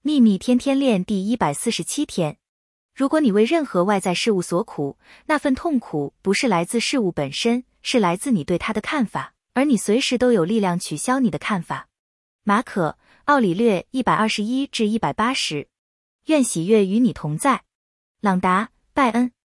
秘密天天练第147天。如果你为任何外在事物所苦，那份痛苦不是来自事物本身，是来自你对它的看法，而你随时都有力量取消你的看法。马可·奥里略121至180。愿喜悦与你同在。朗达·拜恩。